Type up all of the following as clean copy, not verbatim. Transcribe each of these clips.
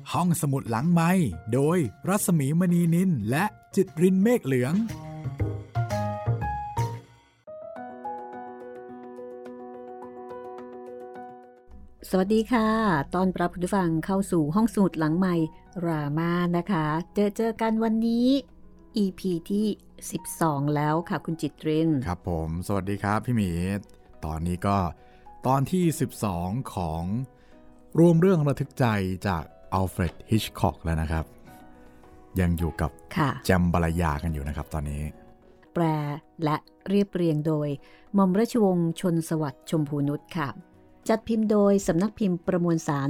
ห้องสมุดหลังไมค์โดยรัศมีมณีนินและจิตรินเมฆเหลืองสวัสดีค่ะตอนรับผู้ฟังเข้าสู่ห้องสมุดหลังไมค์รามานะคะเจอกันวันนี้ EP ที่12แล้วค่ะคุณจิตรินครับผมสวัสดีครับพี่หมีตอนนี้ก็ตอนที่12ของรวมเรื่องระทึกใจจากอัลเฟรดฮิชคอกแล้วนะครับยังอยู่กับแจมบรรยากันอยู่นะครับตอนนี้แปลและเรียบเรียงโดยหม่อมราชวงศ์ชนสวัสดิ์ชมพูนุชค่ะจัดพิมพ์โดยสำนักพิมพ์ประมวลสาร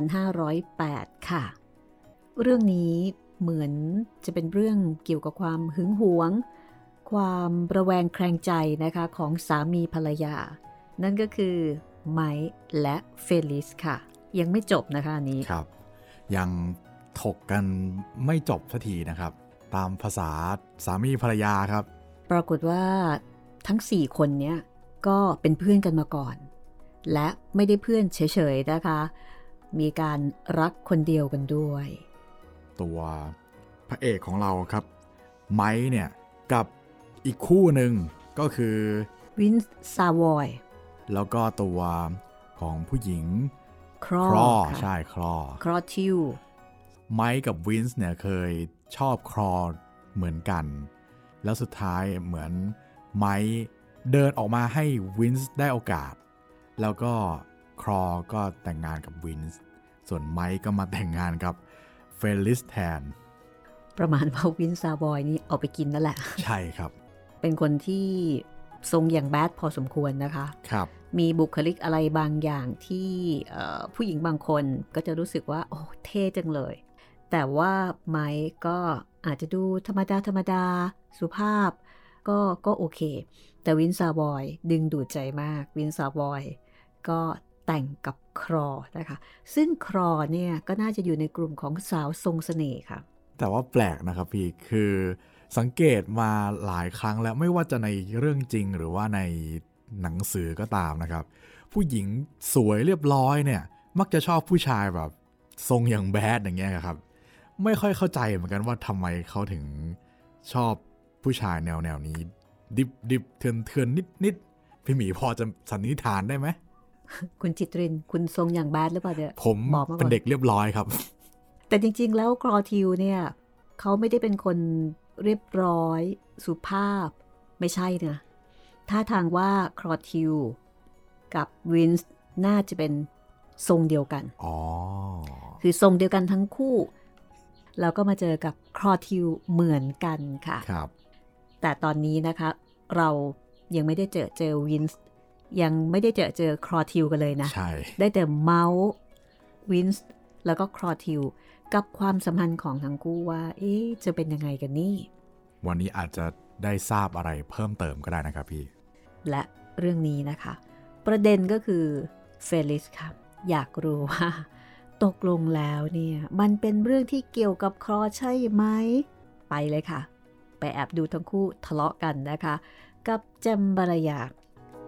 2508 ค่ะเรื่องนี้เหมือนจะเป็นเรื่องเกี่ยวกับความหึงหวงความระแวงแคลงใจนะคะของสามีภรรยานั่นก็คือไมค์และเฟลิสค่ะยังไม่จบนะคะอันนี้ครับยังถกกันไม่จบสักทีนะครับตามภาษาสามีภรรยาครับปรากฏว่าทั้ง4คนเนี้ยก็เป็นเพื่อนกันมาก่อนและไม่ได้เพื่อนเฉยๆนะคะมีการรักคนเดียวกันด้วยตัวพระเอกของเราครับไมค์เนี่ยกับอีกคู่หนึ่งก็คือวินซ์ซาวอยแล้วก็ตัวของผู้หญิงครอใช่ครอทิวไมค์กับวินซ์เนี่ยเคยชอบครอเหมือนกันแล้วสุดท้ายเหมือนไมค์เดินออกมาให้วินซ์ได้โอกาสแล้วก็ครอก็แต่งงานกับวินซ์ส่วนไมค์ก็มาแต่งงานกับเฟลิสแทนประมาณว่าวินซ์ซาวอยนี่เอาไปกินนั่นแหละใช่ครับเป็นคนที่ทรงอย่างแบดพอสมควรนะคะครับมีบุคลิกอะไรบางอย่างที่ผู้หญิงบางคนก็จะรู้สึกว่าโอ้เท่จังเลยแต่ว่าไมค์ก็อาจจะดูธรรมดาสุภาพก็โอเคแต่วินซ์ซาวอยดึงดูดใจมากวินซ์ซาวอยก็แต่งกับครอนะคะซึ่งครอเนี่ยก็น่าจะอยู่ในกลุ่มของสาวทรงเสน่ห์ค่ะแต่ว่าแปลกนะครับพี่คือสังเกตมาหลายครั้งแล้วไม่ว่าจะในเรื่องจริงหรือว่าในหนังสือก็ตามนะครับผู้หญิงสวยเรียบร้อยเนี่ยมักจะชอบผู้ชายแบบทรงอย่างแบดอย่างเงี้ยครับไม่ค่อยเข้าใจเหมือนกันว่าทำไมเขาถึงชอบผู้ชายแนวนี้ดิบเถื่อนนิดพี่หมีพอจะสันนิษฐานได้ไหมคุณจิตรินคุณทรงอย่างแบดหรือเปล่าเนี่ยผมเป็นเด็กเรียบร้อยครับแต่จริงๆแล้วครอทิวเนี่ยเขาไม่ได้เป็นคนเรียบร้อยสุภาพไม่ใช่นะท่าทางว่าครอทิวกับวินซ์น่าจะเป็นทรงเดียวกันคือทรงเดียวกันทั้งคู่แล้วก็มาเจอกับครอทิวเหมือนกันค่ะครับแต่ตอนนี้นะคะเรายังไม่ได้เจอวินซ์ยังไม่ได้เจอครอทิวกันเลยนะใช่ได้แต่เมาส์วินซ์แล้วก็ครอทิวกับความสัมพันธ์ของทั้งคู่ว่าจะเป็นยังไงกันนี่วันนี้อาจจะได้ทราบอะไรเพิ่มเติมก็ได้นะครับพี่และเรื่องนี้นะคะประเด็นก็คือเฟลิสค่ะอยากรู้ว่าตกลงแล้วเนี่ยมันเป็นเรื่องที่เกี่ยวกับครอใช่ไหมไปเลยค่ะไปแอบดูทั้งคู่ทะเลาะกันนะคะกับแจมบรยาก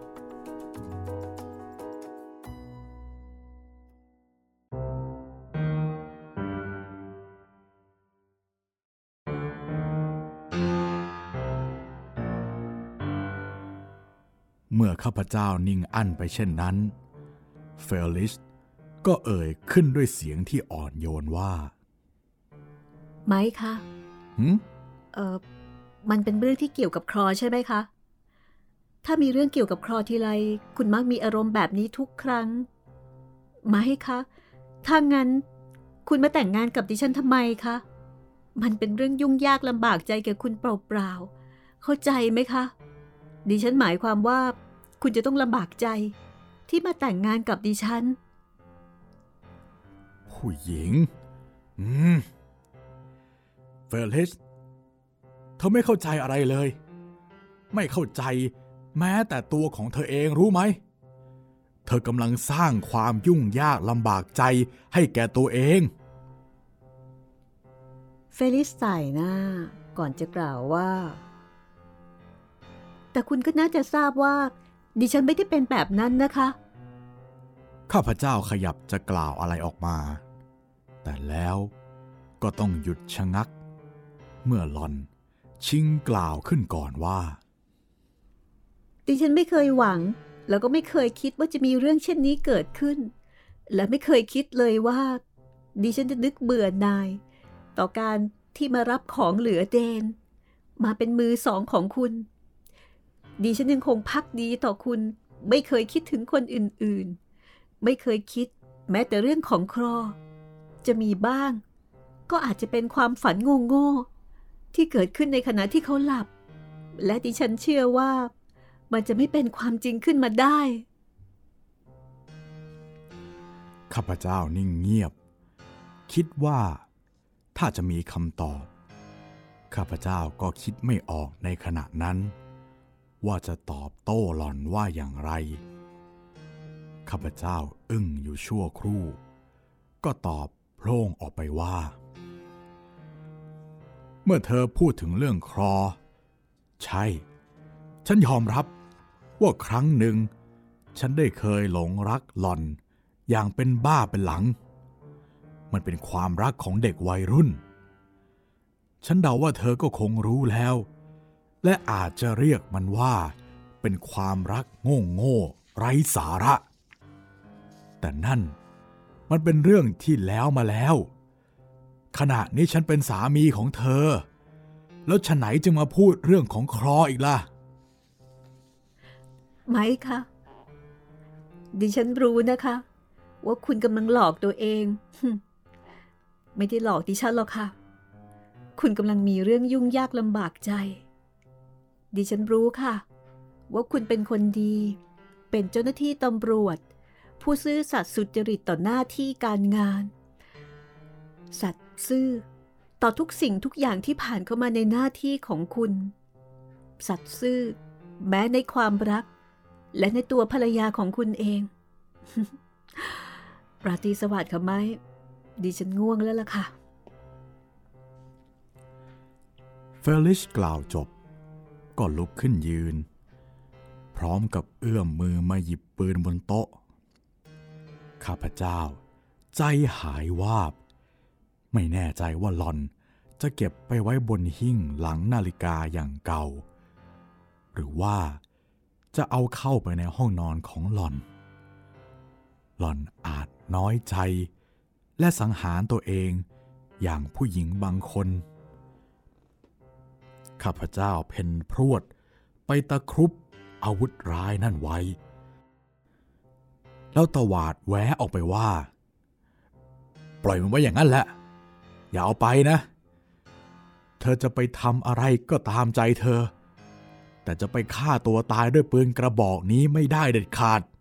เมื่อข้าพเจ้านิ่งอั้นไปเช่นนั้นเฟลิสก็เอ่ยขึ้นด้วยเสียงที่อ่อนโยนว่าไหมคะมันเป็นเรื่องที่เกี่ยวกับครอใช่ไหมคะถ้ามีเรื่องเกี่ยวกับครอทีไรคุณมักมีอารมณ์แบบนี้ทุกครั้งไหมคะถ้างั้นคุณมาแต่งงานกับดิฉันทำไมคะมันเป็นเรื่องยุ่งยากลำบากใจแก่คุณเปล่าๆเข้าใจไหมคะดิฉันหมายความว่าคุณจะต้องลำบากใจที่มาแต่งงานกับดิฉันผู้หญิงเฟลิสเธอไม่เข้าใจอะไรเลยไม่เข้าใจแม้แต่ตัวของเธอเองรู้ไหมเธอกำลังสร้างความยุ่งยากลำบากใจให้แก่ตัวเองเฟลิสใส่หน้าก่อนจะกล่าวว่าแต่คุณก็น่าจะทราบว่าดิฉันไม่ได้เป็นแบบนั้นนะคะข้าพเจ้าขยับจะกล่าวอะไรออกมาแต่แล้วก็ต้องหยุดชะงักเมื่อหล่อนชิงกล่าวขึ้นก่อนว่าดิฉันไม่เคยหวังแล้วก็ไม่เคยคิดว่าจะมีเรื่องเช่นนี้เกิดขึ้นและไม่เคยคิดเลยว่าดิฉันจะนึกเบื่อหน่ายต่อการที่มารับของเหลือเดนมาเป็นมือสองของคุณดิฉันยังคงภักดีต่อคุณไม่เคยคิดถึงคนอื่นๆไม่เคยคิดแม้แต่เรื่องของครอจะมีบ้างก็อาจจะเป็นความฝันโง่ๆที่เกิดขึ้นในขณะที่เขาหลับและดิฉันเชื่อว่ามันจะไม่เป็นความจริงขึ้นมาได้ข้าพเจ้านิ่งเงียบคิดว่าถ้าจะมีคำตอบข้าพเจ้าก็คิดไม่ออกในขณะนั้นว่าจะตอบโต้หล่อนว่าอย่างไรข้าพเจ้าอึ้งอยู่ชั่วครู่ก็ตอบโพล่งออกไปว่าเมื่อเธอพูดถึงเรื่องครอใช่ฉันยอมรับว่าครั้งหนึ่งฉันได้เคยหลงรักหล่อนอย่างเป็นบ้าเป็นหลังมันเป็นความรักของเด็กวัยรุ่นฉันเดาว่าเธอก็คงรู้แล้วและอาจจะเรียกมันว่าเป็นความรักโง่ๆไร้สาระแต่นั่นมันเป็นเรื่องที่แล้วมาแล้วขณะนี้ฉันเป็นสามีของเธอแล้วฉะไหนจึงมาพูดเรื่องของครออีกล่ะไหมคะดิฉันรู้นะคะว่าคุณกำลังหลอกตัวเองไม่ได้หลอกดิฉันหรอกค่ะคุณกำลังมีเรื่องยุ่งยากลำบากใจดิฉันรู้ค่ะว่าคุณเป็นคนดีเป็นเจ้าหน้าที่ตำรวจผู้ซื่อสัตย์สุจริตต่อหน้าที่การงานสัตย์ซื่อต่อทุกสิ่งทุกอย่างที่ผ่านเข้ามาในหน้าที่ของคุณสัตย์ซื่อแม้ในความรักและในตัวภรรยาของคุณเอง ราตรีสวัสดิ์ค่ะไม้ดิฉันง่วงแล้วล่ะค่ะเฟลิชกล่าวจบก็ลุกขึ้นยืนพร้อมกับเอื้อมมือมาหยิบปืนบนโต๊ะข้าพเจ้าใจหายวาบไม่แน่ใจว่าหล่อนจะเก็บไปไว้บนหิ้งหลังนาฬิกาอย่างเก่าหรือว่าจะเอาเข้าไปในห้องนอนของหล่อนอาจน้อยใจและสังหารตัวเองอย่างผู้หญิงบางคนข้าพเจ้าเพ่นพรวดไปตะครุบอาวุธร้ายนั่นไว้แล้วตวาดแหวะออกไปว่าปล่อยมันไว้อย่างนั้นแหละอย่าเอาไปนะเธอจะไปทำอะไรก็ตามใจเธอแต่จะไปฆ่าตัวตายด้วยปืนกระบอกนี้ไม่ได้เด็ดขาด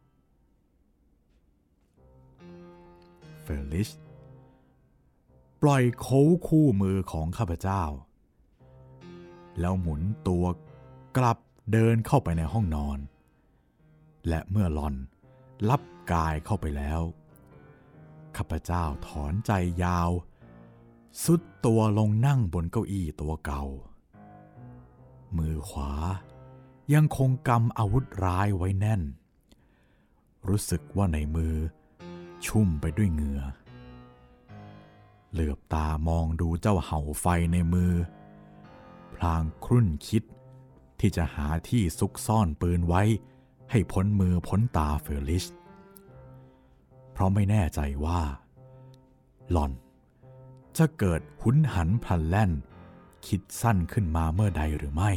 เฟลิชปล่อยโค้งคู่มือของข้าพเจ้าแล้วหมุนตัวกลับเดินเข้าไปในห้องนอนและเมื่อหล่อนลับกายเข้าไปแล้วข้าพเจ้าถอนใจยาวสุดตัวลงนั่งบนเก้าอี้ตัวเก่ามือขวายังคงกำอาวุธร้ายไว้แน่นรู้สึกว่าในมือชุ่มไปด้วยเหงื่อเหลือบตามองดูเจ้าเห่าไฟในมือพลางครุ่นคิดที่จะหาที่ซุกซ่อนปืนไว้ให้พ้นมือพ้นตาเฟลิชเพราะไม่แน่ใจว่าหล่อนจะเกิดหุนหันพลันแล่นคิดสั้นขึ้นมาเมื่อใดหรือไม่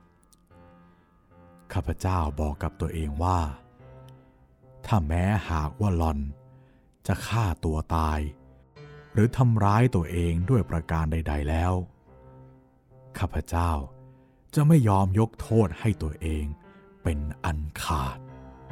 ข้าพเจ้าบอกกับตัวเองว่าถ้าแม้หากว่าหล่อนจะฆ่าตัวตายหรือทำร้ายตัวเองด้วยประการใดๆแล้วข้าพเจ้าจะไม่ยอมยกโทษให้ตัวเองเป็นอันขาด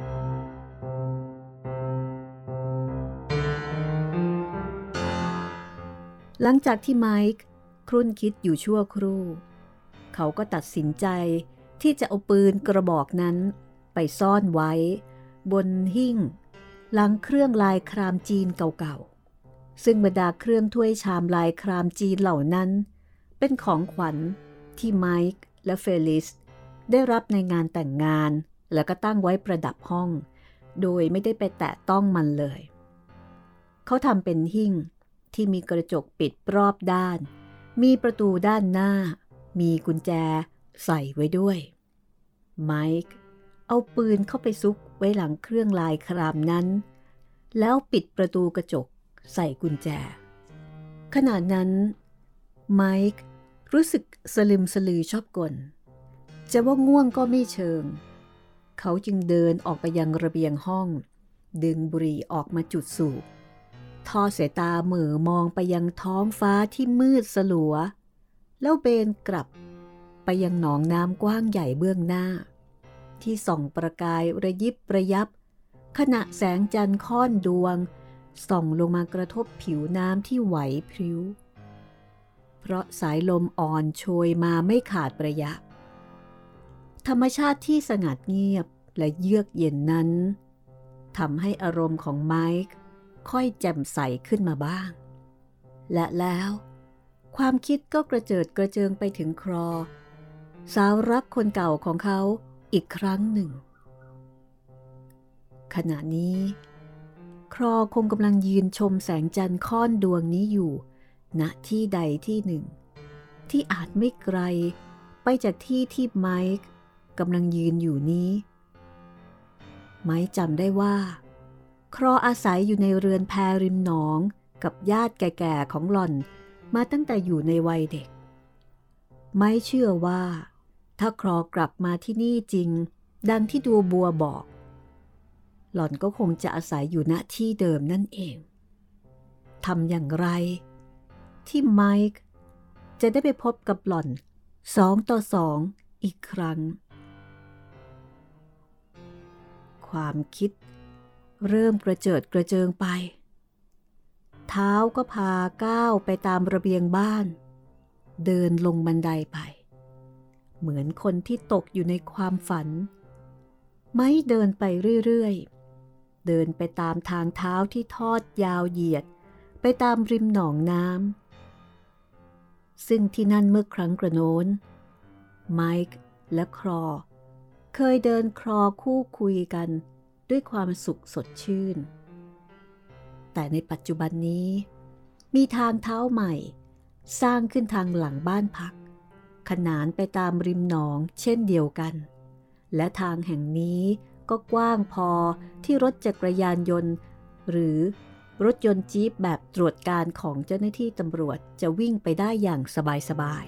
หลังจากที่ไมค์ครุ่นคิดอยู่ชั่วครู่เขาก็ตัดสินใจที่จะเอาปืนกระบอกนั้นไปซ่อนไว้บนหิ้งหลังเครื่องลายครามจีนเก่าๆซึ่งบรรดาเครื่องถ้วยชามลายครามจีนเหล่านั้นเป็นของขวัญที่ไมค์และเฟลิสได้รับในงานแต่งงานแล้วก็ตั้งไว้ประดับห้องโดยไม่ได้ไปแตะต้องมันเลยเขาทำเป็นหิ้งที่มีกระจกปิดรอบด้านมีประตูด้านหน้ามีกุญแจใส่ไว้ด้วยไมค์เอาปืนเข้าไปซุกไว้หลังเครื่องลายครามนั้นแล้วปิดประตูกระจกใส่กุญแจขณะนั้นไมค์รู้สึกสลึมสลือชอบกลจะว่าง่วงก็ไม่เชิงเขาจึงเดินออกไปยังระเบียงห้องดึงบุหรี่ออกมาจุดสูบทอดสายตาเหม่อมองไปยังท้องฟ้าที่มืดสลัวแล้วเบนกลับไปยังหนองน้ำกว้างใหญ่เบื้องหน้าที่ส่องประกายระยิบระยับขณะแสงจันทร์ค่อนดวงส่องลงมากระทบผิวน้ำที่ไหวพริ้วเพราะสายลมอ่อนโชยมาไม่ขาดระยะธรรมชาติที่สงัดเงียบและเยือกเย็นนั้นทำให้อารมณ์ของไมค์ค่อยแจ่มใสขึ้นมาบ้างและแล้วความคิดก็กระเจิดกระเจิงไปถึงครอสาวรักคนเก่าของเขาอีกครั้งหนึ่งขณะนี้ครอคงกำลังยืนชมแสงจันทร์ค่อนดวงนี้อยู่ณที่ใดที่หนึ่งที่อาจไม่ไกลไปจากที่ที่ไมค์กำลังยืนอยู่นี้ไมค์จำได้ว่าครออาศัยอยู่ในเรือนแพริมหนองกับญาติแก่ๆของหล่อนมาตั้งแต่อยู่ในวัยเด็กไมค์เชื่อว่าถ้าครอกลับมาที่นี่จริงดังที่ดูบัวบอกหล่อนก็คงจะอาศัยอยู่ณที่เดิมนั่นเองทำอย่างไรที่ไมค์จะได้ไปพบกับหล่อน2 ต่อ 2อีกครั้งความคิดเริ่มกระเจิดกระเจิงไปเท้าก็พาก้าวไปตามระเบียงบ้านเดินลงบันไดไปเหมือนคนที่ตกอยู่ในความฝันไม่เดินไปเรื่อยๆเดินไปตามทางเท้าที่ทอดยาวเหยียดไปตามริมหนองน้ำซึ่งที่นั่นเมื่อครั้งกระโน้นไมค์และครอเคยเดินคลอคู่คุยกันด้วยความสุขสดชื่นแต่ในปัจจุบันนี้มีทางเท้าใหม่สร้างขึ้นทางหลังบ้านพักขนานไปตามริมหนองเช่นเดียวกันและทางแห่งนี้ก็กว้างพอที่รถจักรยานยนต์หรือรถยนต์จี๊ปแบบตรวจการของเจ้าหน้าที่ตำรวจจะวิ่งไปได้อย่างสบาย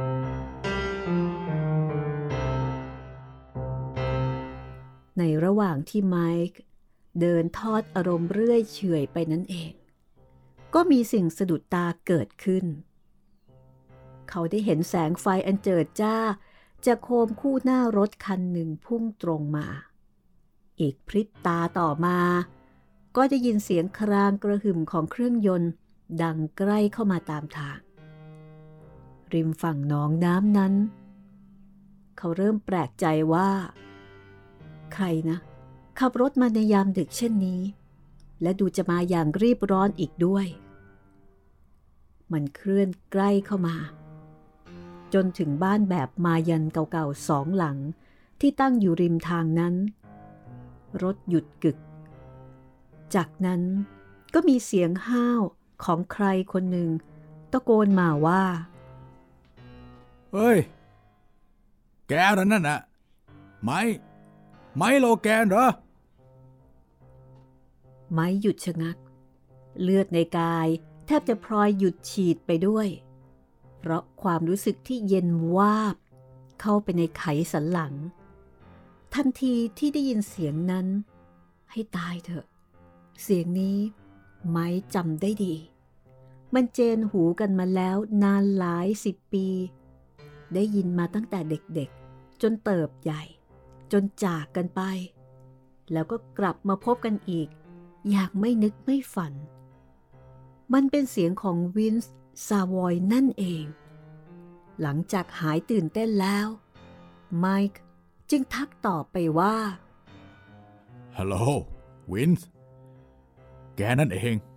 ๆในระหว่างที่ไมค์เดินทอดอารมณ์เรื่อยเฉื่อยไปนั่นเองก็มีสิ่งสะดุดตาเกิดขึ้นเขาได้เห็นแสงไฟอันเจิดจ้าจากโคมคู่หน้ารถคันหนึ่งพุ่งตรงมาอีกพริบตาต่อมาก็จะยินเสียงครางกระหึ่มของเครื่องยนต์ดังใกล้เข้ามาตามทางริมฝั่งหนองน้ำนั้นเขาเริ่มแปลกใจว่าใครนะขับรถมาในยามดึกเช่นนี้และดูจะมาอย่างรีบร้อนอีกด้วยมันเคลื่อนใกล้เข้ามาจนถึงบ้านแบบมายันเก่าๆ2 หลังที่ตั้งอยู่ริมทางนั้นรถหยุดกึกจากนั้นก็มีเสียงห้าวของใครคนหนึ่งตะโกนมาว่าเฮ้ยแกนั่นน่ะไม้โลแกนเหรอไม้หยุดชะงักเลือดในกายแทบจะพลอยหยุดฉีดไปด้วยเพราะความรู้สึกที่เย็นวาบเข้าไปในไขสันหลังทันทีที่ได้ยินเสียงนั้นให้ตายเถอะเสียงนี้ไม้จำได้ดีมันเจนหูกันมาแล้วนานหลาย10 ปีได้ยินมาตั้งแต่เด็กๆจนเติบใหญ่จนจากกันไปแล้วก็กลับมาพบกันอีกอย่างไม่นึกไม่ฝันมันเป็นเสียงของวินส์ซาวอยนั่นเองหลังจากหายตื่นเต้นแล้วไมค์จึงทักตอบไปว่าฮัลโหลวินส์แกนั่นเอง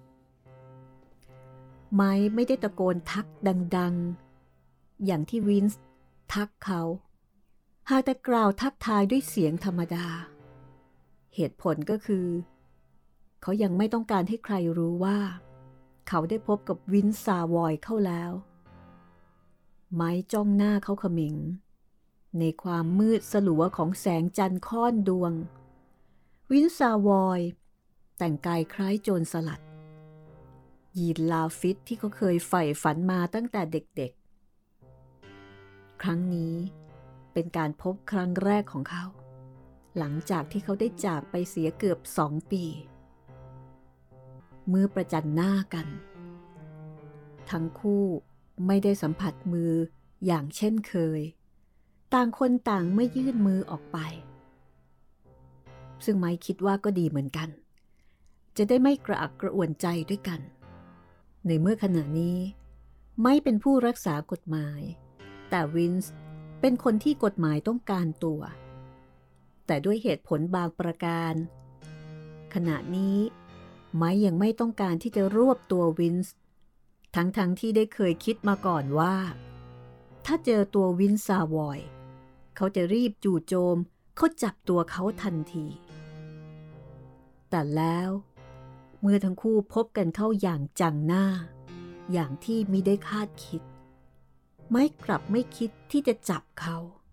ไมค์ไม่ได้ตะโกนทักดังๆอย่างที่วินส์ทักเขาหากแต่กล่าวทักทายด้วยเสียงธรรมดาเหตุผลก็คือเขายังไม่ต้องการให้ใครรู้ว่าเขาได้พบกับวินซาวอยเข้าแล้วไม้จ้องหน้าเขาเขม็งในความมืดสลัวของแสงจันทร์ค่อนดวงวินซาวอยแต่งกายคล้ายโจรสลัดยีนลาฟิตที่เขาเคยใฝ่ฝันมาตั้งแต่เด็กๆครั้งนี้เป็นการพบครั้งแรกของเขาหลังจากที่เขาได้จากไปเสียเกือบ2 ปีเมื่อประจันหน้ากันทั้งคู่ไม่ได้สัมผัสมืออย่างเช่นเคยต่างคนต่างไม่ยื่นมือออกไปซึ่งไม้คิดว่าก็ดีเหมือนกันจะได้ไม่กระอักกระอ่วนใจด้วยกันในเมื่อขณะนี้ไม้เป็นผู้รักษากฎหมายแต่วินส์เป็นคนที่กฎหมายต้องการตัวแต่ด้วยเหตุผลบางประการขณะนี้ไม้ยังไม่ต้องการที่จะรวบตัววินส์ทั้งที่ได้เคยคิดมาก่อนว่าถ้าเจอตัววินซาวอยเขาจะรีบจู่โจมเขาจับตัวเขาทันทีแต่แล้วเมื่อทั้งคู่พบกันเข้าอย่างจังหน้าอย่างที่มิได้คาดคิดไม้กลับไม่คิดที่จะจับเขา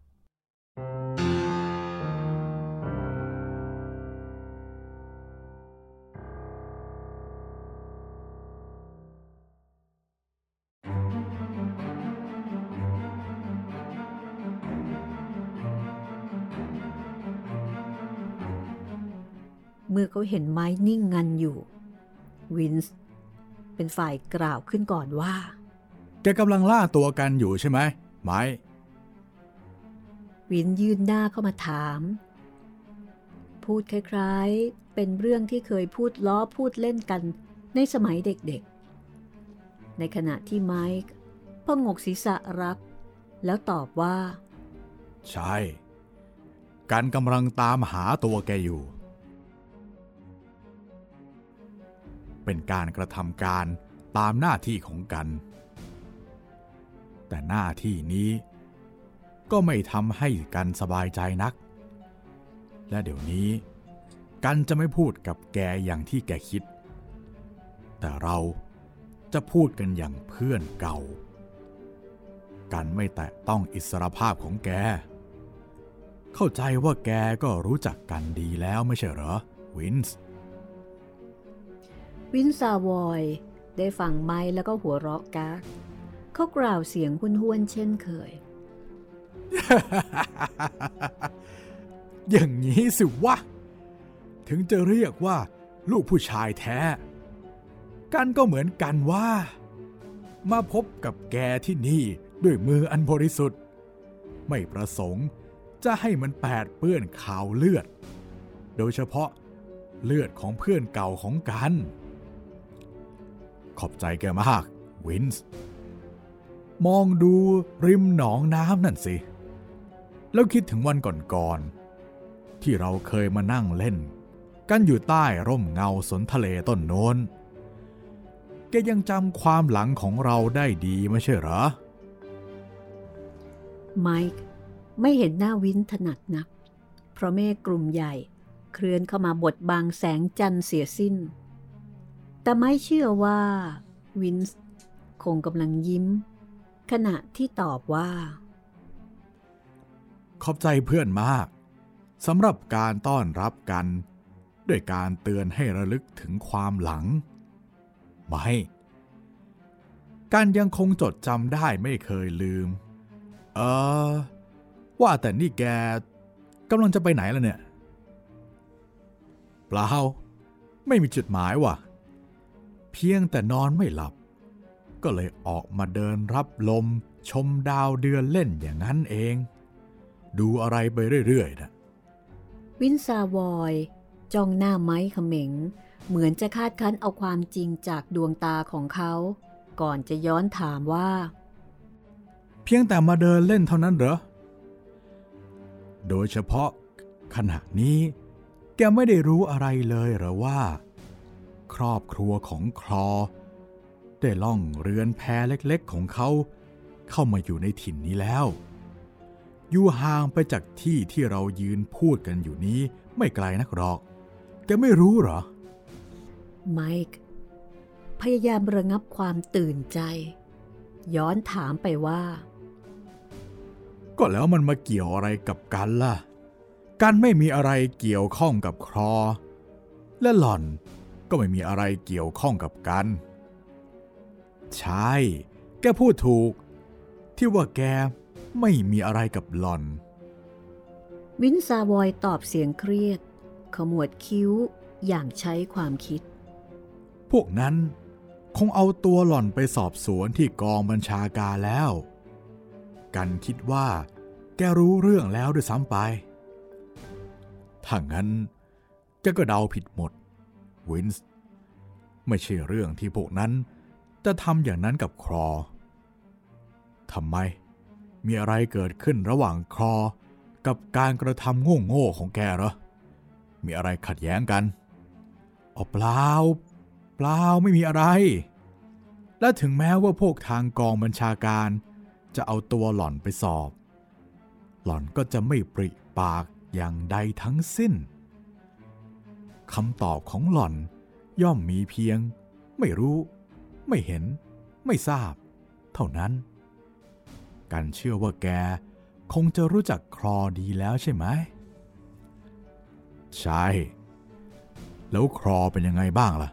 เมื่อเขาเห็นไม้นิ่งงันอยู่วินส์เป็นฝ่ายกล่าวขึ้นก่อนว่าแกกำลังล่าตัวกันอยู่ใช่ไหมไม้วินยื่นหน้าเข้ามาถามพูดคล้ายๆเป็นเรื่องที่เคยพูดล้อพูดเล่นกันในสมัยเด็กๆในขณะที่ไมค์พงกศีรษะรับแล้วตอบว่าใช่กันกำลังตามหาตัวแกอยู่เป็นการกระทำการตามหน้าที่ของกันแต่หน้าที่นี้ก็ไม่ทำให้กันสบายใจนักและเดี๋ยวนี้กันจะไม่พูดกับแกอย่างที่แกคิดแต่เราจะพูดกันอย่างเพื่อนเก่ากันไม่แตะต้องอิสรภาพของแกเข้าใจว่าแกก็รู้จักกันดีแล้วไม่ใช่เหรอวินส์ซาวอยได้ฟังไม้แล้วก็หัวเราะกากเขากล่าวเสียงห้วนๆเช่นเคยอย่างนี้สิวะถึงจะเรียกว่าลูกผู้ชายแท้กันก็เหมือนกันว่ามาพบกับแกที่นี่ด้วยมืออันบริสุทธิ์ไม่ประสงค์จะให้มันแปดเปื้อนข่าวเลือดโดยเฉพาะเลือดของเพื่อนเก่าของกันขอบใจแกมากวินส์มองดูริมหนองน้ำนั่นสิแล้วคิดถึงวันก่อนๆที่เราเคยมานั่งเล่นกันอยู่ใต้ร่มเงาสนทะเลต้นโน้นแกยังจำความหลังของเราได้ดีไม่ใช่เหรอไมค์ไม่เห็นหน้าวินถนัดนักเพราะเมฆกลุ่มใหญ่เคลื่อนเข้ามาบดบังแสงจันทร์เสียสิ้นแต่ไม่เชื่อว่าวินส์คงกำลังยิ้มขณะที่ตอบว่าขอบใจเพื่อนมากสำหรับการต้อนรับกันด้วยการเตือนให้ระลึกถึงความหลังไม่การยังคงจดจำได้ไม่เคยลืมว่าแต่นี่แกกำลังจะไปไหนล่ะเนี่ยเปล่าไม่มีจุดหมายว่ะเพียงแต่นอนไม่หลับก็เลยออกมาเดินรับลมชมดาวเดือนเล่นอย่างนั้นเองดูอะไรไปเรื่อยๆนะวินซาวอยจ้องหน้าไม้เขม็งเหมือนจะคาดคั้นเอาความจริงจากดวงตาของเขาก่อนจะย้อนถามว่าเพียงแต่มาเดินเล่นเท่านั้นเหรอโดยเฉพาะขณะนี้แกไม่ได้รู้อะไรเลยเหรอว่าครอบครัวของคลอได้ล่องเรือนแพเล็กๆของเขาเข้ามาอยู่ในถิ่นนี้แล้วอยู่ห่างไปจากที่ที่เรายืนพูดกันอยู่นี้ไม่ไกลนักหรอกแกไม่รู้เหรอไมค์พยายามระงับความตื่นใจย้อนถามไปว่าก็แล้วมันมาเกี่ยวอะไรกับกันล่ะกันไม่มีอะไรเกี่ยวข้องกับคลอและหล่อนก็ไม่มีอะไรเกี่ยวข้องกับกันใช่แกพูดถูกที่ว่าแกไม่มีอะไรกับหล่อนวินซาวอยตอบเสียงเครียดขมวดคิ้วอย่างใช้ความคิดพวกนั้นคงเอาตัวหล่อนไปสอบสวนที่กองบัญชาการแล้วกันคิดว่าแกรู้เรื่องแล้วด้วยซ้ำไปถ้างั้นแกก็เดาผิดหมดวินส์ไม่ใช่เรื่องที่พวกนั้นจะทำอย่างนั้นกับคลอทำไมมีอะไรเกิดขึ้นระหว่างคลอกับการกระทำโง่ๆของแกเหรอมีอะไรขัดแย้งกันเปล่าไม่มีอะไรและถึงแม้ว่าพวกทางกองบัญชาการจะเอาตัวหล่อนไปสอบหล่อนก็จะไม่ปริปากอย่างใดทั้งสิ้นคำตอบของหล่อนย่อมมีเพียงไม่รู้ไม่เห็นไม่ทราบเท่านั้นกันเชื่อว่าแกคงจะรู้จักคลอดีแล้วใช่ไหมใช่แล้วคลอเป็นยังไงบ้างล่ะ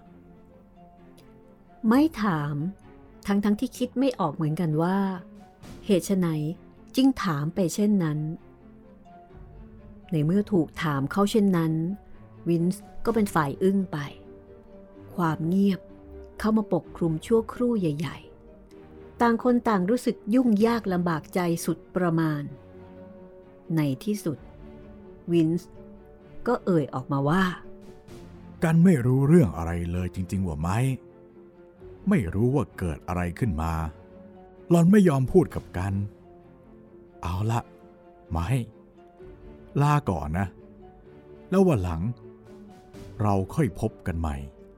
ไม่ถามทั้งที่คิดไม่ออกเหมือนกันว่าเหตุไฉนจึงถามไปเช่นนั้นในเมื่อถูกถามเข้าเช่นนั้นวินส์ก็เป็นฝ่ายอึ้งไปความเงียบเข้ามาปกคลุมชั่วครู่ใหญ่ๆต่างคนต่างรู้สึกยุ่งยากลำบากใจสุดประมาณในที่สุดวินส์ก็เอ่ยออกมาว่ากันไม่รู้เรื่องอะไรเลยจริงๆว่าไหมไม่รู้ว่าเกิดอะไรขึ้นมาหล่อนไม่ยอมพูดกับกันเอาละไม้ลาก่อนนะแล้ววันหลังเราค่อยพบกันใหม่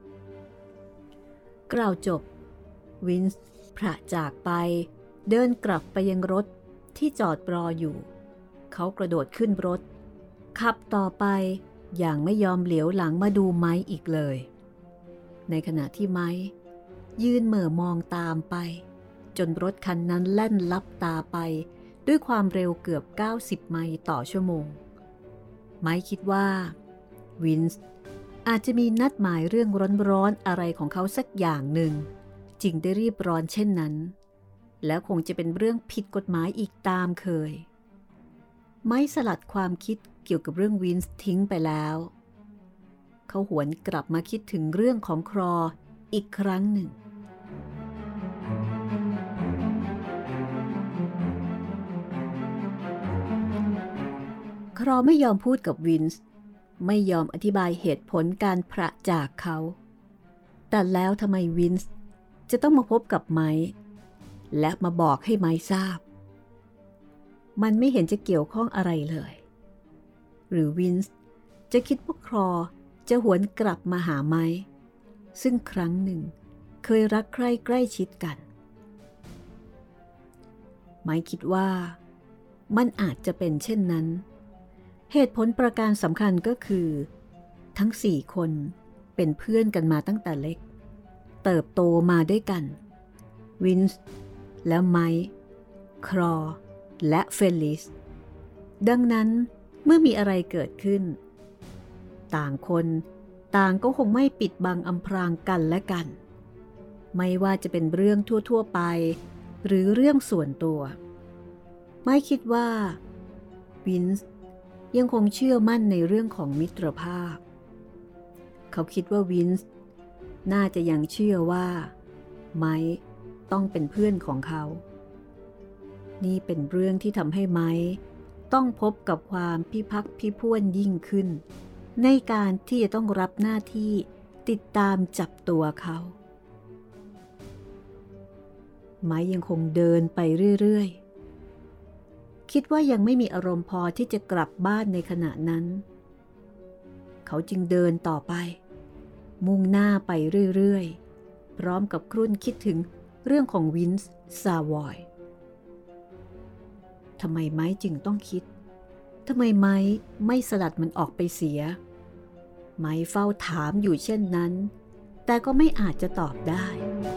กล่าวจบวินส์พระจากไปเดินกลับไปยังรถที่จอดรออยู่เขากระโดดขึ้นรถขับต่อไปอย่างไม่ยอมเหลียวหลังมาดูไม้อีกเลยในขณะที่ไม้ยืนเหม่อมองตามไปจนรถคันนั้นแล่นลับตาไปด้วยความเร็วเกือบ90ไมล์ต่อชั่วโมงไม้คิดว่าวินส์อาจจะมีนัดหมายเรื่องร้อนๆอะไรของเขาสักอย่างหนึ่งจึงได้รีบร้อนเช่นนั้นแล้วคงจะเป็นเรื่องผิดกฎหมายอีกตามเคยไม้สลัดความคิดเกี่ยวกับเรื่องวินส์ทิ้งไปแล้วเขาหวนกลับมาคิดถึงเรื่องของคลออีกครั้งหนึ่งคลอไม่ยอมพูดกับวินส์ไม่ยอมอธิบายเหตุผลการพระจากเขาแต่แล้วทำไมวินส์จะต้องมาพบกับไมค์และมาบอกให้ไมค์ทราบมันไม่เห็นจะเกี่ยวข้องอะไรเลยหรือวินส์จะคิดว่าคลอจะหวนกลับมาหาไมค์ซึ่งครั้งหนึ่งเคยรักใคร่ใกล้ชิดกันไมค์คิดว่ามันอาจจะเป็นเช่นนั้นเหตุผลประการสำคัญก็คือทั้ง4คนเป็นเพื่อนกันมาตั้งแต่เล็กเติบโตมาด้วยกันวินส์และไมค์คลอและเฟลิสดังนั้นเมื่อมีอะไรเกิดขึ้นต่างคนต่างก็คงไม่ปิดบังอำพรางกันและกันไม่ว่าจะเป็นเรื่องทั่วๆไปหรือเรื่องส่วนตัวไม่คิดว่าวินส์ยังคงเชื่อมั่นในเรื่องของมิตรภาพเขาคิดว่าวินส์น่าจะยังเชื่อว่าไมค์ต้องเป็นเพื่อนของเขานี่เป็นเรื่องที่ทำให้ไมค์ต้องพบกับความพิพักพิพ่วนยิ่งขึ้นในการที่จะต้องรับหน้าที่ติดตามจับตัวเขาไมค์ยังคงเดินไปเรื่อยๆคิดว่ายังไม่มีอารมณ์พอที่จะกลับบ้านในขณะนั้นเขาจึงเดินต่อไปมุ่งหน้าไปเรื่อยๆพร้อมกับครุ่นคิดถึงเรื่องของวินส์ซาวอยทำไมไมค์จึงต้องคิดทำไมไมค์ไม่สลัดมันออกไปเสียไมค์เฝ้าถามอยู่เช่นนั้นแต่ก็ไม่อาจจะตอบได้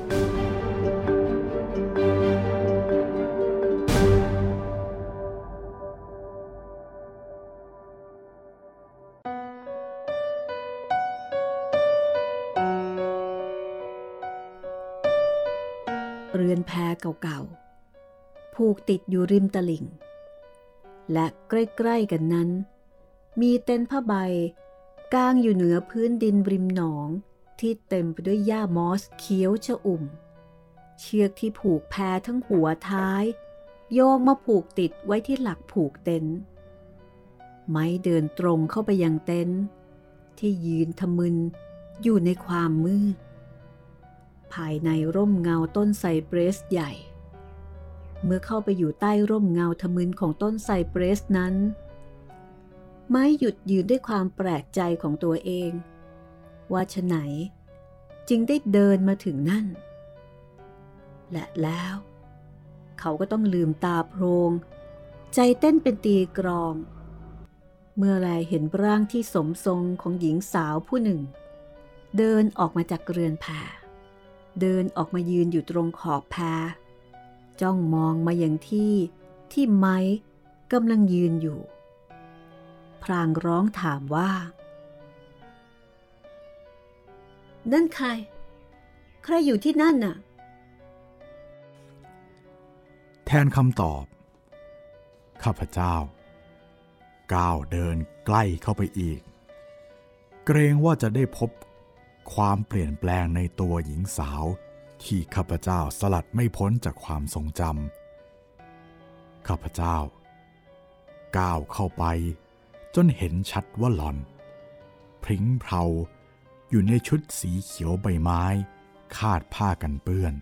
เรือนแพเก่าๆผูกติดอยู่ริมตลิ่งและใกล้ๆกันนั้นมีเต็นท์ผ้าใบกางอยู่เหนือพื้นดินริมหนองที่เต็มไปด้วยหญ้ามอสเขียวชอุ่มเชือกที่ผูกแพทั้งหัวท้ายโยงมาผูกติดไว้ที่หลักผูกเต็นท์ไม้เดินตรงเข้าไปยังเต็นท์ที่ยืนทะมึนอยู่ในความมืดภายในร่มเงาต้นไซเปรสใหญ่เมื่อเข้าไปอยู่ใต้ร่มเงาทะมึนของต้นไซเปรสนั้นไม้หยุดยืนด้วยความแปลกใจของตัวเองว่าฉะไหนจึงได้เดินมาถึงนั่นและแล้วเขาก็ต้องลืมตาโพลงใจเต้นเป็นตีกรองเมื่อไรเห็นร่างที่สมทรงของหญิงสาวผู้หนึ่งเดินออกมาจากเรือนแพเดินออกมายืนอยู่ตรงขอบแพจ้องมองมาอย่างที่ไม้กำลังยืนอยู่พลางร้องถามว่านั่นใครอยู่ที่นั่นน่ะแทนคำตอบข้าพเจ้าก้าวเดินใกล้เข้าไปอีกเกรงว่าจะได้พบความเปลี่ยนแปลงในตัวหญิงสาวที่ข้าพเจ้าสลัดไม่พ้นจากความทรงจำข้าพเจ้าก้าวเข้าไปจนเห็นชัดว่าหล่อนพริ้งเพลาอยู่ในชุดสีเขียวใบไม้คาดผ้ากันเปื้อน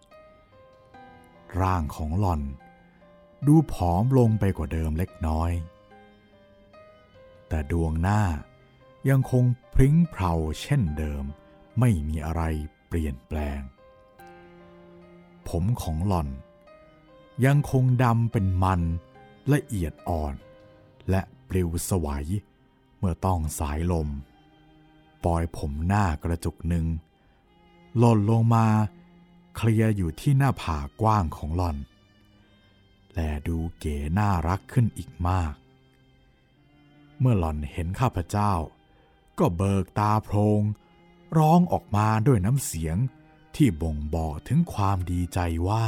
ร่างของหล่อนดูผอมลงไปกว่าเดิมเล็กน้อยแต่ดวงหน้ายังคงพริ้งเพลาเช่นเดิมไม่มีอะไรเปลี่ยนแปลงผมของหล่อนยังคงดำเป็นมันละเอียดอ่อนและปลิวสวัยเมื่อต้องสายลมปลอยผมหน้ากระจุกหนึ่งหล่นลงมาเคลียร์อยู่ที่หน้าผากกว้างของหล่อนและดูเก๋น่ารักขึ้นอีกมากเมื่อหล่อนเห็นข้าพเจ้าก็เบิกตาโพลงร้องออกมาด้วยน้ำเสียงที่บ่งบอกถึงความดีใจว่า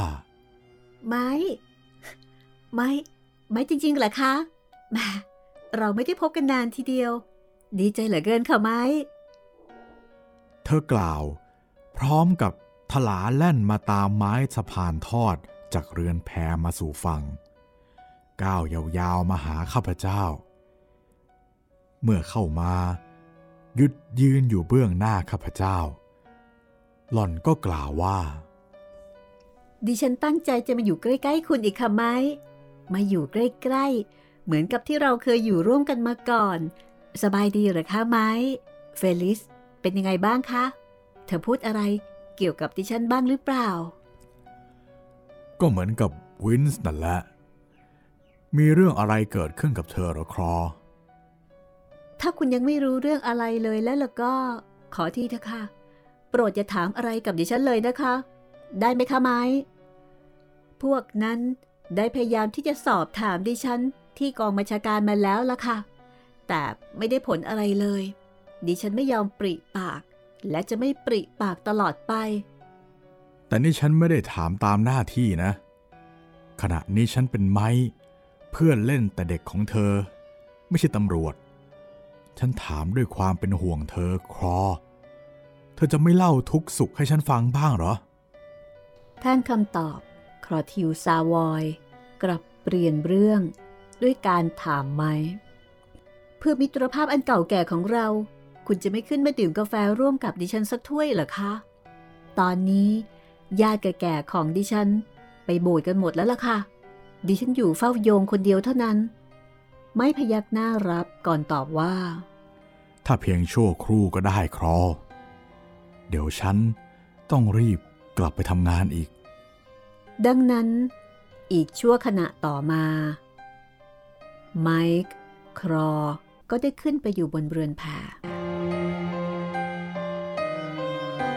ไม่จริงๆเหรอคะแหมเราไม่ได้พบกันนานทีเดียวดีใจเหลือเกินค่ะไม้เธอกล่าวพร้อมกับถลาแล่นมาตามไม้สะพานทอดจากเรือนแพมาสู่ฝั่งก้าวยาวๆมาหาข้าพเจ้าเมื่อเข้ามาหยุดยืนอยู่เบื้องหน้าข้าพเจ้าหล่อนก็กล่าวว่าดิฉันตั้งใจจะมาอยู่ใกล้ๆคุณอีกค่ะไม้มาอยู่ใกล้ๆเหมือนกับที่เราเคยอยู่ร่วมกันมาก่อนสบายดีหรือคะไม้เฟลิสเป็นยังไงบ้างคะเธอพูดอะไรเกี่ยวกับดิฉันบ้างหรือเปล่าก็เหมือนกับวินส์นั่นแหละมีเรื่องอะไรเกิดขึ้นกับเธอหรอครอถ้าคุณยังไม่รู้เรื่องอะไรเลยแล้วก็ขอทีเถอะค่ะโปรดอย่าถามอะไรกับดิฉันเลยนะคะได้ไหมคะไม้พวกนั้นได้พยายามที่จะสอบถามดิฉันที่กองบัญชาการมาแล้วล่ะค่ะแต่ไม่ได้ผลอะไรเลยดิฉันไม่ยอมปริปากและจะไม่ปริปากตลอดไปแต่นี่ฉันไม่ได้ถามตามหน้าที่นะขณะนี้ฉันเป็นไม้เพื่อนเล่นแต่เด็กของเธอไม่ใช่ตำรวจฉันถามด้วยความเป็นห่วงเธอครอเธอจะไม่เล่าทุกสุขให้ฉันฟังบ้างเหรอแทนคำตอบครอทิวซาวอยกลับเปลี่ยนเรื่องด้วยการถามไม้เพื่อมิตรภาพอันเก่าแก่ของเราคุณจะไม่ขึ้นมาดื่มกาแฟร่วมกับดิฉันสักถ้วยเหรอคะตอนนี้ญาติแก่ๆของดิฉันไปโบสถ์กันหมดแล้วล่ะค่ะดิฉันอยู่เฝ้าโยงคนเดียวเท่านั้นไม่พยักหน้ารับก่อนตอบว่าถ้าเพียงชั่วครู่ก็ได้ครอเดี๋ยวฉันต้องรีบกลับไปทำงานอีกดังนั้นอีกชั่วขณะต่อมาไมค์ครอก็ได้ขึ้นไปอยู่บนเรือนแพ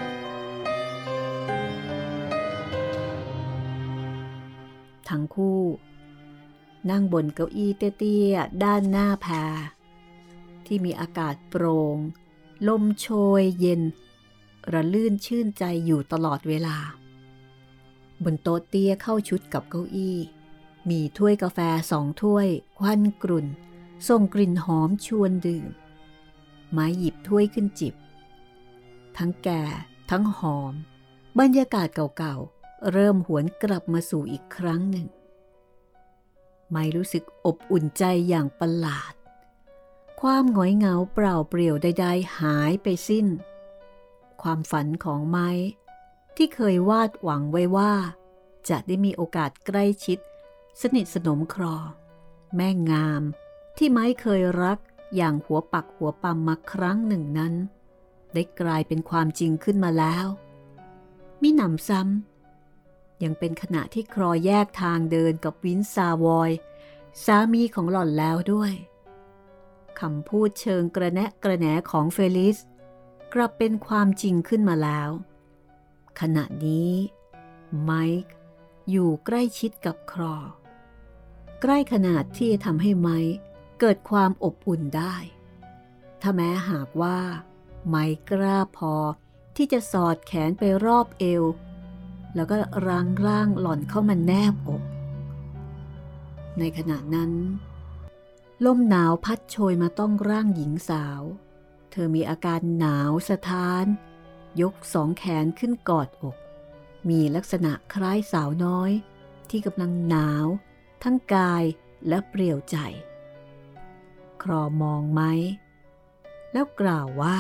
ทั้งคู่นั่งบนเก้าอี้เตี้ยๆด้านหน้าแพที่มีอากาศโปร่งลมโชยเย็นระลื่นชื่นใจอยู่ตลอดเวลาบนโต๊ะเตี้ยเข้าชุดกับเก้าอี้มีถ้วยกาแฟ2 ถ้วยควันกรุ่นส่งกลิ่นหอมชวนดื่มไม้หยิบถ้วยขึ้นจิบทั้งแก่ทั้งหอมบรรยากาศเก่าๆเริ่มหวนกลับมาสู่อีกครั้งหนึ่งไม้รู้สึกอบอุ่นใจอย่างประหลาดความหงอยเหงาเปล่าเปลี่ยวใดๆหายไปสิ้นความฝันของไม้ที่เคยวาดหวังไว้ว่าจะได้มีโอกาสใกล้ชิดสนิทสนมครอแม่งามที่ไม้เคยรักอย่างหัวปักหัวปั๊มมาครั้งหนึ่งนั้นได้กลายเป็นความจริงขึ้นมาแล้วมิหนำซ้ำยังเป็นขณะที่ครอแยกทางเดินกับวินซาวอยสามีของหล่อนแล้วด้วยคำพูดเชิงกระแนะกระแหนของเฟลิสกลับเป็นความจริงขึ้นมาแล้วขณะนี้ไมค์อยู่ใกล้ชิดกับครอใกล้ขนาดที่จะทำให้ไมค์เกิดความอบอุ่นได้ถ้าแม้หากว่าไมค์กล้าพอที่จะสอดแขนไปรอบเอวแล้วก็รั้งร่างหล่อนเข้ามาแนบอกในขณะนั้นลมหนาวพัดโชยมาต้องร่างหญิงสาวเธอมีอาการหนาวสะท้านยก2 แขนขึ้นกอดอกมีลักษณะคล้ายสาวน้อยที่กำลังหนาวทั้งกายและเปลี่ยวใจครอมองไม้แล้วกล่าวว่า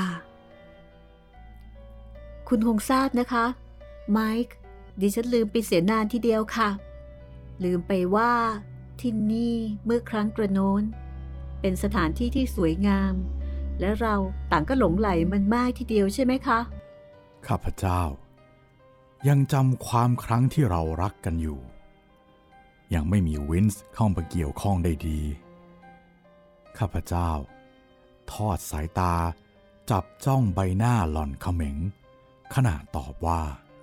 คุณคงทราบนะคะไมค์ดิฉันลืมไปเสียนานทีเดียวค่ะลืมไปว่าที่นี่เมื่อครั้งกระโน้นเป็นสถานที่ที่สวยงามและเราต่างก็หลงไหลมันมากทีเดียวใช่ไหมคะข้าพเจ้ายังจำความครั้งที่เรารักกันอยู่ยังไม่มีวินส์เข้ามาเกี่ยวข้องได้ดีข้าพเจ้าทอดสายตาจับจ้องใบหน้าหล่อนเขม็งขณะตอบว่า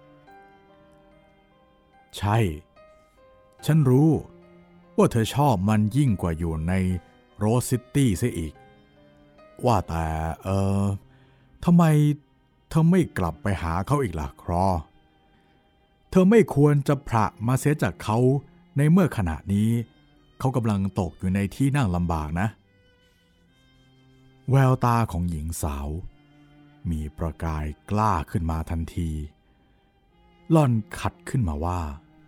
ใช่ฉันรู้ว่าเธอชอบมันยิ่งกว่าอยู่ในโรสซิตี้เสียอีกว่าแต่ทำไมเธอไม่กลับไปหาเขาอีกล่ะครอเธอไม่ควรจะพระมาเสียจากเขาในเมื่อขณะนี้เขากำลังตกอยู่ในที่นั่งลำบากนะแววตาของหญิงสาวมีประกายกล้าขึ้นมาทันทีหล่อนขัดขึ้นมาว่า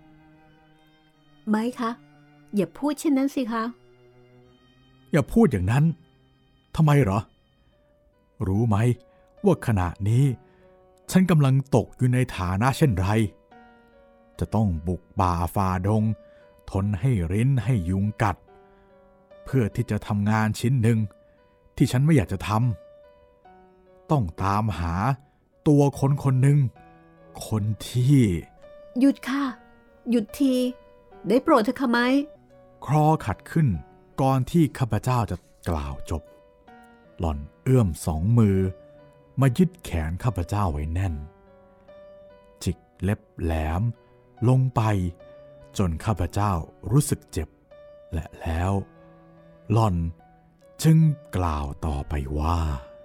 ไม่คะอย่าพูดเช่นนั้นสิคะอย่าพูดอย่างนั้นทำไมเหรอรู้ไหมว่าขณะนี้ฉันกำลังตกอยู่ในฐานะเช่นไรจะต้องบุกป่าฝ่าดงทนให้ริ้นให้ยุงกัดเพื่อที่จะทำงานชิ้นหนึ่งที่ฉันไม่อยากจะทำต้องตามหาตัวคนคนหนึ่งคนที่หยุดค่ะหยุดทีได้โปรดเถอะค่ะไม้ครอขัดขึ้นก่อนที่ข้าพเจ้าจะกล่าวจบหล่อนเอื้อม2 มือมายึดแขนข้าพเจ้าไว้แน่นจิกเล็บแหลมลงไปจนข้าพเจ้ารู้สึกเจ็บและแล้วหล่อนจึงกล่าวต่อไปว่า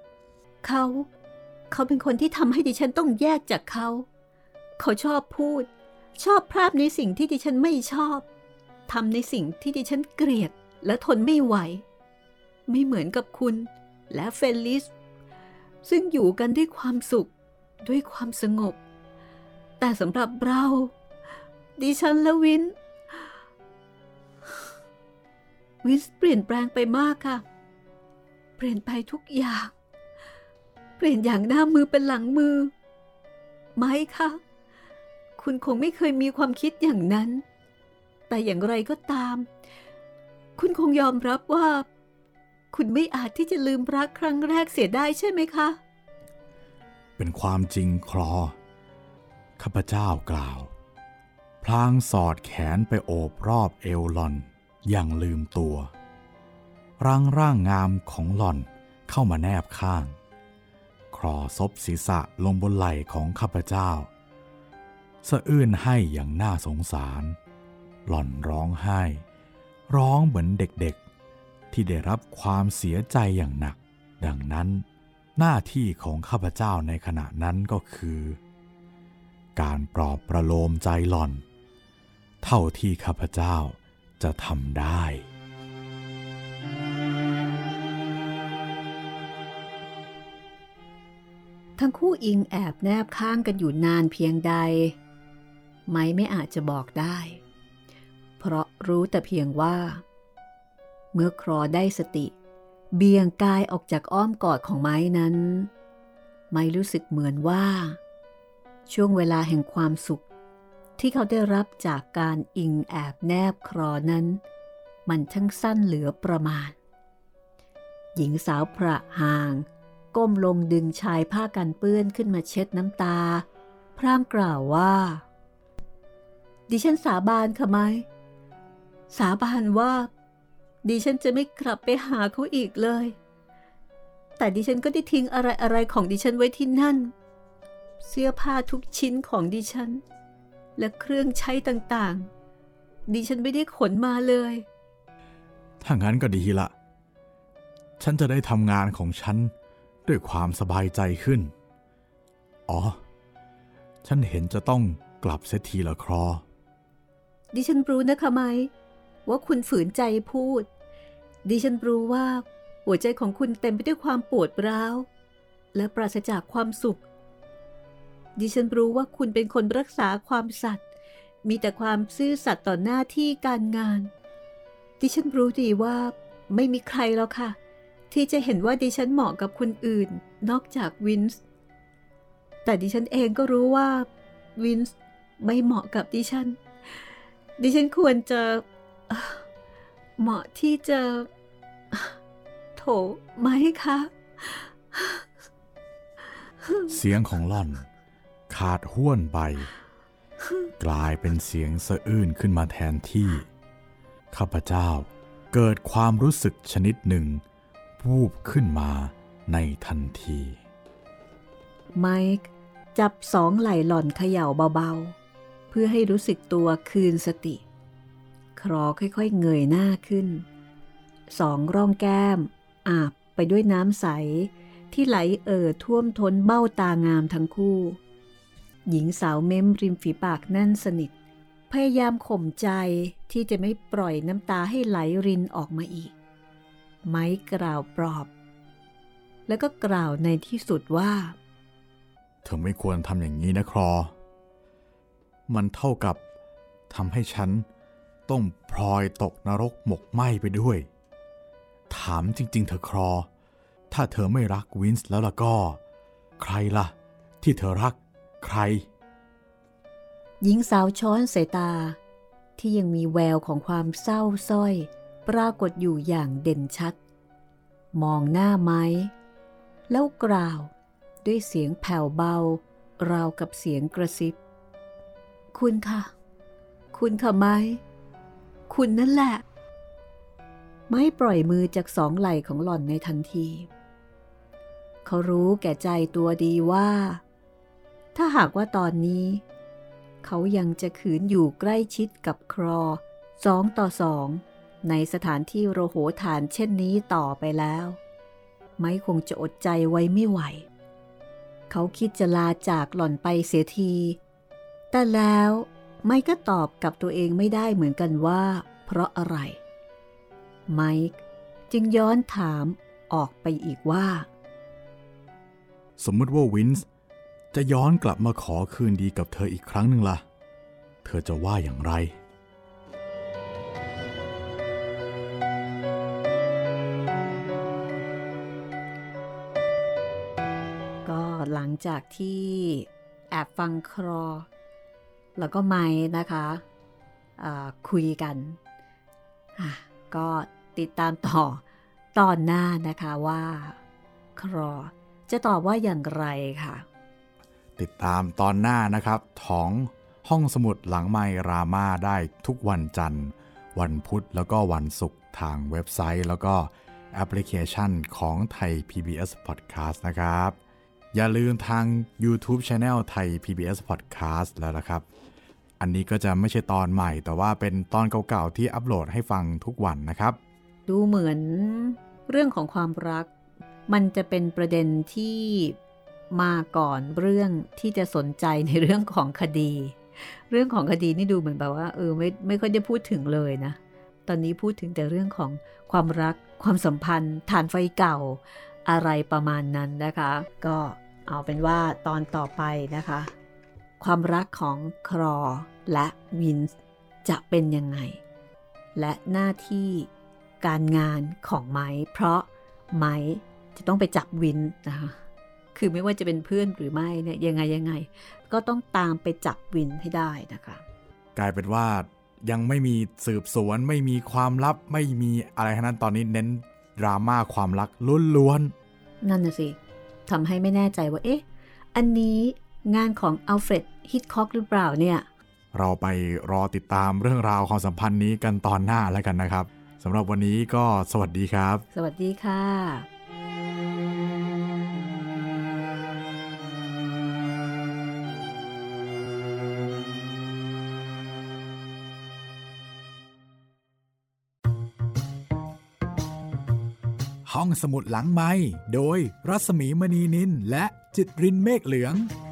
เขาเป็นคนที่ทำให้ดิฉันต้องแยกจากเขาชอบพูดชอบพราบในสิ่งที่ดิฉันไม่ชอบทำในสิ่งที่ดิฉันเกลียดและทนไม่ไหวไม่เหมือนกับคุณและเฟลิสซึ่งอยู่กันด้วยความสุขด้วยความสงบแต่สำหรับเราดิฉันและวินเปลี่ยนแปลงไปมากค่ะเปลี่ยนไปทุกอย่างเปลี่ยนอย่างหน้ามือเป็นหลังมือไหมคะคุณคงไม่เคยมีความคิดอย่างนั้นแต่อย่างไรก็ตามคุณคงยอมรับว่าคุณไม่อาจที่จะลืมรักครั้งแรกเสียได้ใช่ไหมคะเป็นความจริงครอข้าพเจ้ากล่าวพลางสอดแขนไปโอบรอบเอวหล่อนอย่างลืมตัวร่างงามของหล่อนเข้ามาแนบข้างครอซบศีรษะลงบนไหล่ของข้าพเจ้าสะอื้นให้อย่างน่าสงสารหล่อนร้องไห้ร้องเหมือนเด็กๆที่ได้รับความเสียใจอย่างหนักดังนั้นหน้าที่ของข้าพเจ้าในขณะนั้นก็คือการปลอบประโลมใจหล่อนเท่าที่ข้าพเจ้าจะทำได้ทั้งคู่อิงแอบแนบข้างกันอยู่นานเพียงใดไม่อาจจะบอกได้เพราะรู้แต่เพียงว่าเมื่อครอได้สติเบี่ยงกายออกจากอ้อมกอดของไม้นั้นไม้รู้สึกเหมือนว่าช่วงเวลาแห่งความสุขที่เขาได้รับจากการอิงแอบแนบครอนั้นมันช่างสั้นเหลือประมาณหญิงสาวพระห่างก้มลงดึงชายผ้ากันเปื้อนขึ้นมาเช็ดน้ำตาพร่ำกล่าวว่าดิฉันสาบานค่ะไม้สาบานว่าดิฉันจะไม่กลับไปหาเขาอีกเลยแต่ดิฉันก็ได้ทิ้งอะไรของดิฉันไว้ที่นั่นเสื้อผ้าทุกชิ้นของดิฉันและเครื่องใช้ต่างๆดิฉันไม่ได้ขนมาเลยถ้างั้นก็ดีละฉันจะได้ทำงานของฉันด้วยความสบายใจขึ้นอ๋อฉันเห็นจะต้องกลับเสียทีละครอดิฉันรู้นะคะไมว่าคุณฝืนใจพูดดิฉันรู้ว่าหัวใจของคุณเต็มไปด้วยความปวดร้าวและปราศจากความสุขดิฉันรู้ว่าคุณเป็นคนรักษาความสัตย์มีแต่ความซื่อสัตย์ต่อหน้าที่การงานดิฉันรู้ดีว่าไม่มีใครแล้วค่ะที่จะเห็นว่าดิฉันเหมาะกับคนอื่นนอกจากวินส์แต่ดิฉันเองก็รู้ว่าวินส์ไม่เหมาะกับดิฉันควรจะเหมาะที่จะโถไหมคะเสียงของหล่อนขาดห้วนไปกลายเป็นเสียงสะอื้นขึ้นมาแทนที่ข้าพเจ้าเกิดความรู้สึกชนิดหนึ่งวูบขึ้นมาในทันทีไมค์จับสองไหล่หล่อนเขย่าเบาๆเพื่อให้รู้สึกตัวคืนสติครอค่อยๆเงยหน้าขึ้นสองร่องแก้มอาบไปด้วยน้ำใสที่ไหลท่วมท้นเบ้าตางามทั้งคู่หญิงสาวเม้มริมฝีปากแน่นสนิทพยายามข่มใจที่จะไม่ปล่อยน้ำตาให้ไหลรินออกมาอีกไม้กล่าวปลอบแล้วก็กล่าวในที่สุดว่าเธอไม่ควรทำอย่างนี้นะครอมันเท่ากับทำให้ฉันต้องพลอยตกนรกหมกไหม้ไปด้วยถามจริงๆเธอครอถ้าเธอไม่รักวินส์แล้วล่ะก็ใครล่ะที่เธอรักใครหญิงสาวช้อนสายตาที่ยังมีแววของความเศร้าส้อยปรากฏอยู่อย่างเด่นชัดมองหน้าไม้แล้วกล่าวด้วยเสียงแผ่วเบาราวกับเสียงกระซิบคุณค่ะไม้คุณนั่นแหละไม้ปล่อยมือจากสองไหล่ของหล่อนในทันทีเขารู้แก่ใจตัวดีว่าถ้าหากว่าตอนนี้เขายังจะขืนอยู่ใกล้ชิดกับครอ2 ต่อ 2ในสถานที่โรโหฐานเช่นนี้ต่อไปแล้วไม้คงจะอดใจไว้ไม่ไหวเขาคิดจะลาจากหล่อนไปเสียทีแต่แล้วไม้ก็ตอบกับตัวเองไม่ได้เหมือนกันว่าเพราะอะไรไมค์จึงย้อนถามออกไปอีกว่าสมมติว่าวินส์จะย้อนกลับมาขอคืนดีกับเธออีกครั้งหนึ่งล่ะเธอจะว่าอย่างไรก็หลังจากที่แอบฟังครอแล้วก็ไมค์นะคะคุยกันก็ติดตามต่อตอนหน้านะคะว่าครอจะตอบว่าอย่างไรค่ะติดตามตอนหน้านะครับของห้องสมุดหลังไมค์ราม่าได้ทุกวันจันทร์วันพุธแล้วก็วันศุกร์ทางเว็บไซต์แล้วก็แอปพลิเคชันของไทย PBS Podcast นะครับอย่าลืมทาง YouTube Channel ไทย PBS Podcast แล้วนะครับอันนี้ก็จะไม่ใช่ตอนใหม่แต่ว่าเป็นตอนเก่าๆที่อัปโหลดให้ฟังทุกวันนะครับดูเหมือนเรื่องของความรักมันจะเป็นประเด็นที่มาก่อนเรื่องที่จะสนใจในเรื่องของคดีเรื่องของคดีนี่ดูเหมือนแบบว่าไม่ค่อยได้พูดถึงเลยนะตอนนี้พูดถึงแต่เรื่องของความรักความสัมพันธ์ฐานไฟเก่าอะไรประมาณนั้นนะคะก็เอาเป็นว่าตอนต่อไปนะคะความรักของคลอและวินส์จะเป็นยังไงและหน้าที่การงานของไมค์เพราะไมค์จะต้องไปจับวินนะคะคือไม่ว่าจะเป็นเพื่อนหรือไม่เนี่ยยังไงก็ต้องตามไปจับวินให้ได้นะคะกลายเป็นว่ายังไม่มีสืบสวนไม่มีความลับไม่มีอะไรทั้งนั้นตอนนี้เน้นดราม่าความรักล้วนๆนั่นน่ะสิทำให้ไม่แน่ใจว่าอันนี้งานของอัลเฟรดฮิตค็อกหรือเปล่าเนี่ยเราไปรอติดตามเรื่องราวความสัมพันธ์นี้กันตอนหน้าแล้วกันนะครับสำหรับวันนี้ก็สวัสดีครับสวัสดีค่ะห้องสมุดหลังไมค์โดยรัศมีมณีนินและจิตรินเมฆเหลือง